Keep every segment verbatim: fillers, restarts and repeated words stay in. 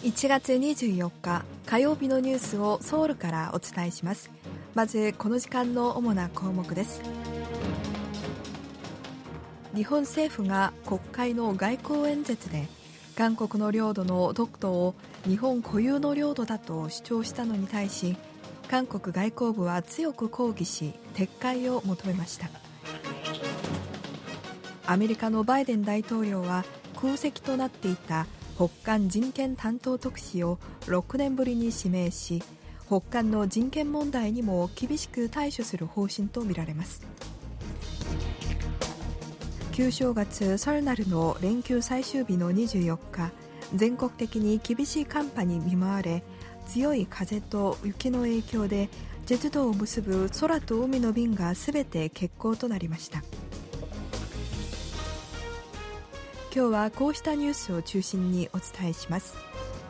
いちがつにじゅうよっか火曜日のニュースをソウルからお伝えします。まずこの時間の主な項目です。日本政府が国会の外交演説で韓国の領土の独島を日本固有の領土だと主張したのに対し、韓国外交部は強く抗議し撤回を求めました。アメリカのバイデン大統領は空席となっていた北韓人権担当特使をろくねんぶりに指名し、北韓の人権問題にも厳しく対処する方針とみられます。旧正月설날の連休最終日のにじゅうよっか、全国的に厳しい寒波に見舞われ、強い風と雪の影響でジェジュ島を結ぶ空と海の便がすべて欠航となりました。今日はこうしたニュースを中心にお伝えします。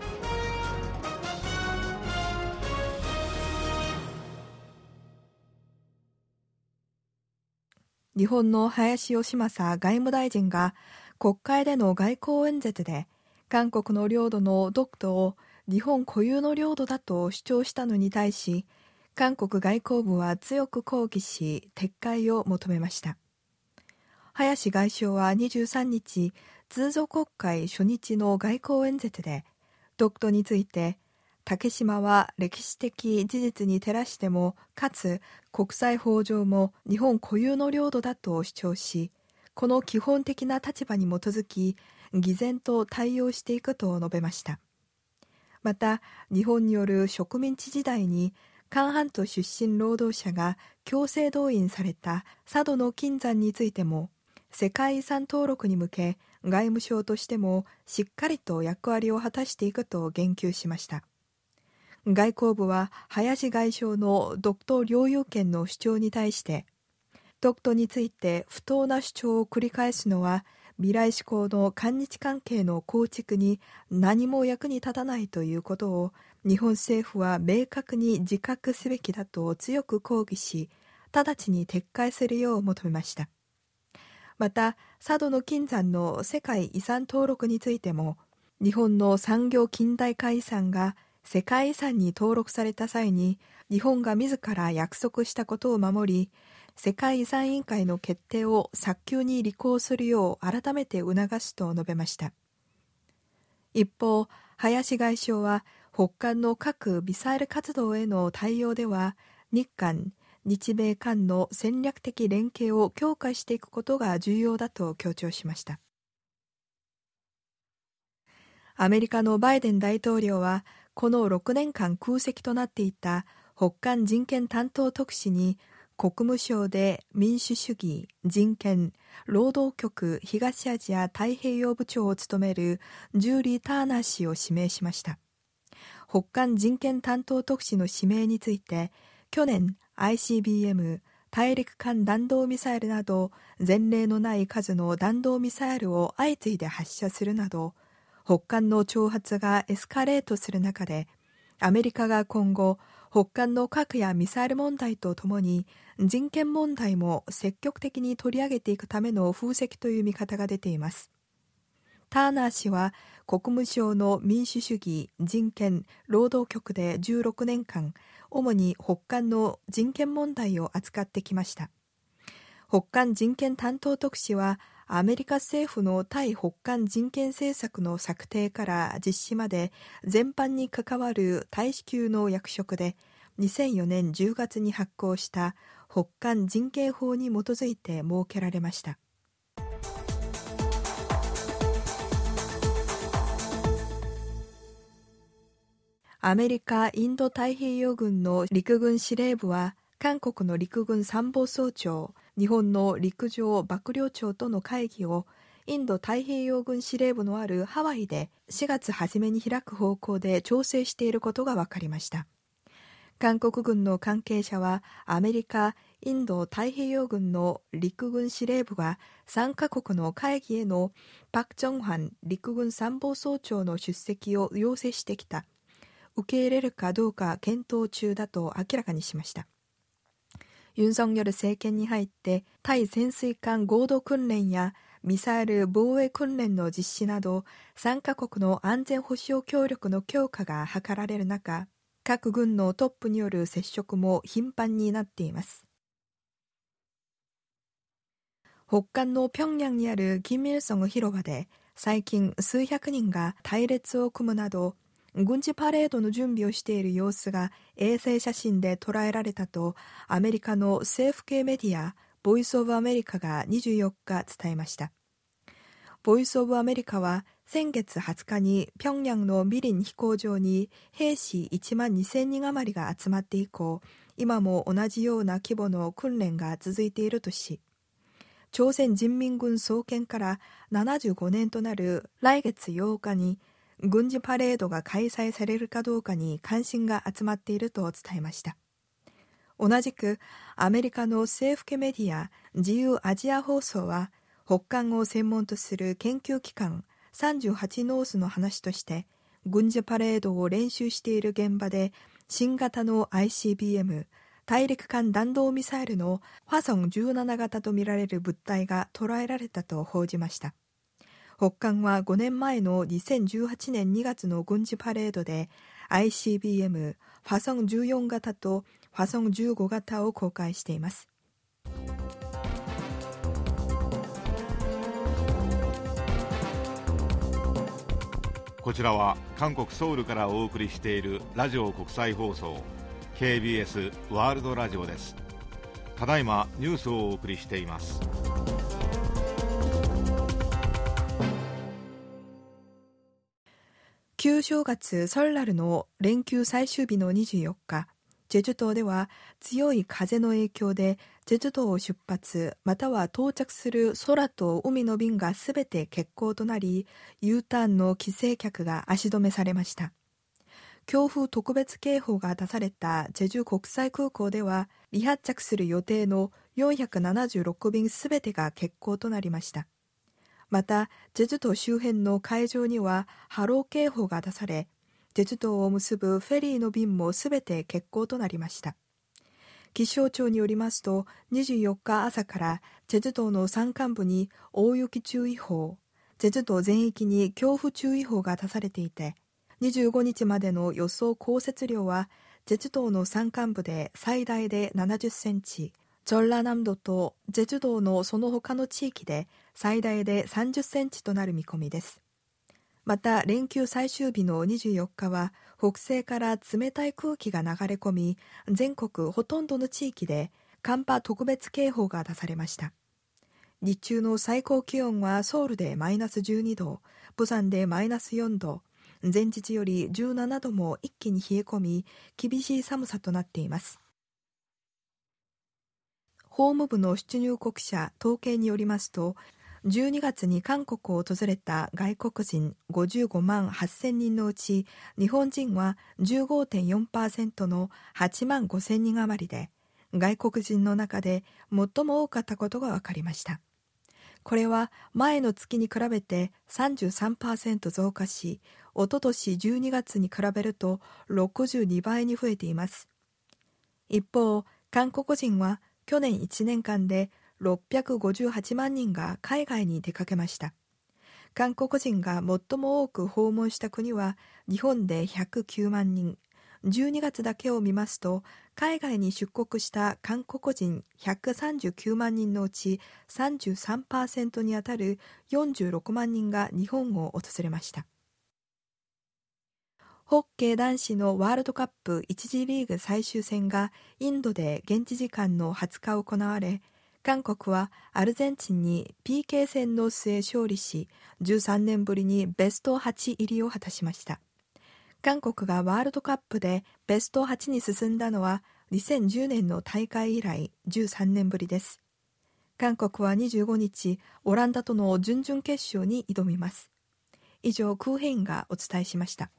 日本の林芳正外務大臣が国会での外交演説で韓国の領土の独島を日本固有の領土だと主張したのに対し、韓国外交部は強く抗議し撤回を求めました。林外相はにじゅうさんにち、通常国会初日の外交演説で独島について、竹島は歴史的事実に照らしてもかつ国際法上も日本固有の領土だと主張し、この基本的な立場に基づき毅然と対応していくと述べました。また日本による植民地時代に韓半島出身労働者が強制動員された佐渡の金山についても世界遺産登録に向け外務省としてもしっかりと役割を果たしていくと言及しました。外交部は林外相の独島領有権の主張に対して、独島について不当な主張を繰り返すのは未来志向の韓日関係の構築に何も役に立たないということを日本政府は明確に自覚すべきだと強く抗議し、直ちに撤回するよう求めました。また佐渡の金山の世界遺産登録についても、日本の産業近代化遺産が世界遺産に登録された際に日本が自ら約束したことを守り、世界遺産委員会の決定を早急に履行するよう改めて促すと述べました。一方、林外相は北韓の核・ミサイル活動への対応では日韓、日米韓の戦略的連携を強化していくことが重要だと強調しました。アメリカのバイデン大統領はこのろくねんかん空席となっていた北韓人権担当特使に国務省で民主主義、人権、労働局東アジア太平洋部長を務めるジューリー・ターナー氏を指名しました。北韓人権担当特使の指名について、去年 アイシービーエム 大陸間弾道ミサイルなど前例のない数の弾道ミサイルを相次いで発射するなど、北韓の挑発がエスカレートする中で、アメリカが今後北韓の核やミサイル問題とともに人権問題も積極的に取り上げていくための布石という見方が出ています。ターナー氏は国務省の民主主義、人権、労働局でじゅうろくねんかん主に北韓の人権問題を扱ってきました。北韓人権担当特使はアメリカ政府の対北韓人権政策の策定から実施まで全般に関わる大使級の役職で、にせんよねんじゅうがつに発行した北韓人権法に基づいて設けられました。アメリカインド太平洋軍の陸軍司令部は韓国の陸軍参謀総長、日本の陸上幕僚長との会議をインド太平洋軍司令部のあるハワイでしがつ初めに開く方向で調整していることが分かりました。韓国軍の関係者はアメリカ、インド太平洋軍の陸軍司令部がさんかこくの会議へのパク・ジョンファン陸軍参謀総長の出席を要請してきた。受け入れるかどうか検討中だと明らかにしました。ユン・ソンニョル政権に入って対潜水艦合同訓練やミサイル防衛訓練の実施などさんカ国の安全保障協力の強化が図られる中、各軍のトップによる接触も頻繁になっています。北韓の平壌にある金日成広場で最近数百人が隊列を組むなど軍事パレードの準備をしている様子が衛星写真で捉えられたとアメリカの政府系メディアボイスオブアメリカがにじゅうよっか伝えました。ボイスオブアメリカは先月はつかに平壌のミリン飛行場に兵士いちまんにせんにん余りが集まって以降、今も同じような規模の訓練が続いているとし、朝鮮人民軍創建からななじゅうごねんとなる来月ようかに軍事パレードが開催されるかどうかに関心が集まっていると伝えました。同じくアメリカの政府系メディア自由アジア放送は北韓を専門とする研究機関さんじゅうはちノースの話として、軍事パレードを練習している現場で新型の アイシービーエム 大陸間弾道ミサイルの화성じゅうなな型とみられる物体が捉えられたと報じました。北韓はごねんまえのにせんじゅうはちねんにがつの軍事パレードで アイシービーエム 화성じゅうよん型と화성じゅうご型を公開しています。 こちらは韓国ソウルからお送りしているラジオ国際放送 ケービーエス ワールドラジオです。ただいまニュースをお送りしています。 旧正月설날の連休最終日のにじゅうよっか、チェジュ島では強い風の影響でチェジュ島を出発または到着する空と海の便がすべて欠航となり、U ターンの帰省客が足止めされました。強風特別警報が出されたチェジュ国際空港では離発着する予定のよんひゃくななじゅうろく便すべてが欠航となりました。またチェジュ島周辺の海上には波浪警報が出され、チェジュ島を結ぶフェリーの便もすべて欠航となりました。気象庁によりますと、にじゅうよっか朝からチェジュ島の山間部に大雪注意報、チェジュ島全域に強風注意報が出されていて、にじゅうごにちまでの予想降雪量はチェジュ島の山間部で最大でななじゅっセンチ、チョンラ南道とチェジュ島のその他の地域で最大でさんじゅっセンチとなる見込みです。また連休最終日のにじゅうよっかは北西から冷たい空気が流れ込み、全国ほとんどの地域で寒波特別警報が出されました。日中の最高気温はソウルでマイナスじゅうにど、プサンでマイナスよんど、前日よりじゅうななども一気に冷え込み、厳しい寒さとなっています。法務部の出入国者統計によりますと、じゅうにがつに韓国を訪れた外国人ごじゅうごまんはっせんにんのうち、日本人は じゅうごてんよんパーセント のはちまんごせんにん余りで、外国人の中で最も多かったことが分かりました。これは前の月に比べて さんじゅうさんパーセント 増加し、おととしじゅうにがつに比べるとろくじゅうにばいに増えています。一方、韓国人は去年いちねんかんでろっぴゃくごじゅうはちまんにんが海外に出かけました。韓国人が最も多く訪問した国は日本でひゃくきゅうまんにん、じゅうにがつだけを見ますと海外に出国した韓国人ひゃくさんじゅうきゅうまんにんのうち さんじゅうさんパーセント にあたるよんじゅうろくまんにんが日本を訪れました。ホッケー男子のワールドカップいち次リーグ最終戦がインドで現地時間のはつか行われ、韓国はアルゼンチンに ピーケー 戦の末勝利し、じゅうさんねんぶりにベストはち入りを果たしました。韓国がワールドカップでベストはちに進んだのはにせんじゅうねんの大会以来じゅうさんねんぶりです。韓国はにじゅうごにち、オランダとの準々決勝に挑みます。以上、クーヘインがお伝えしました。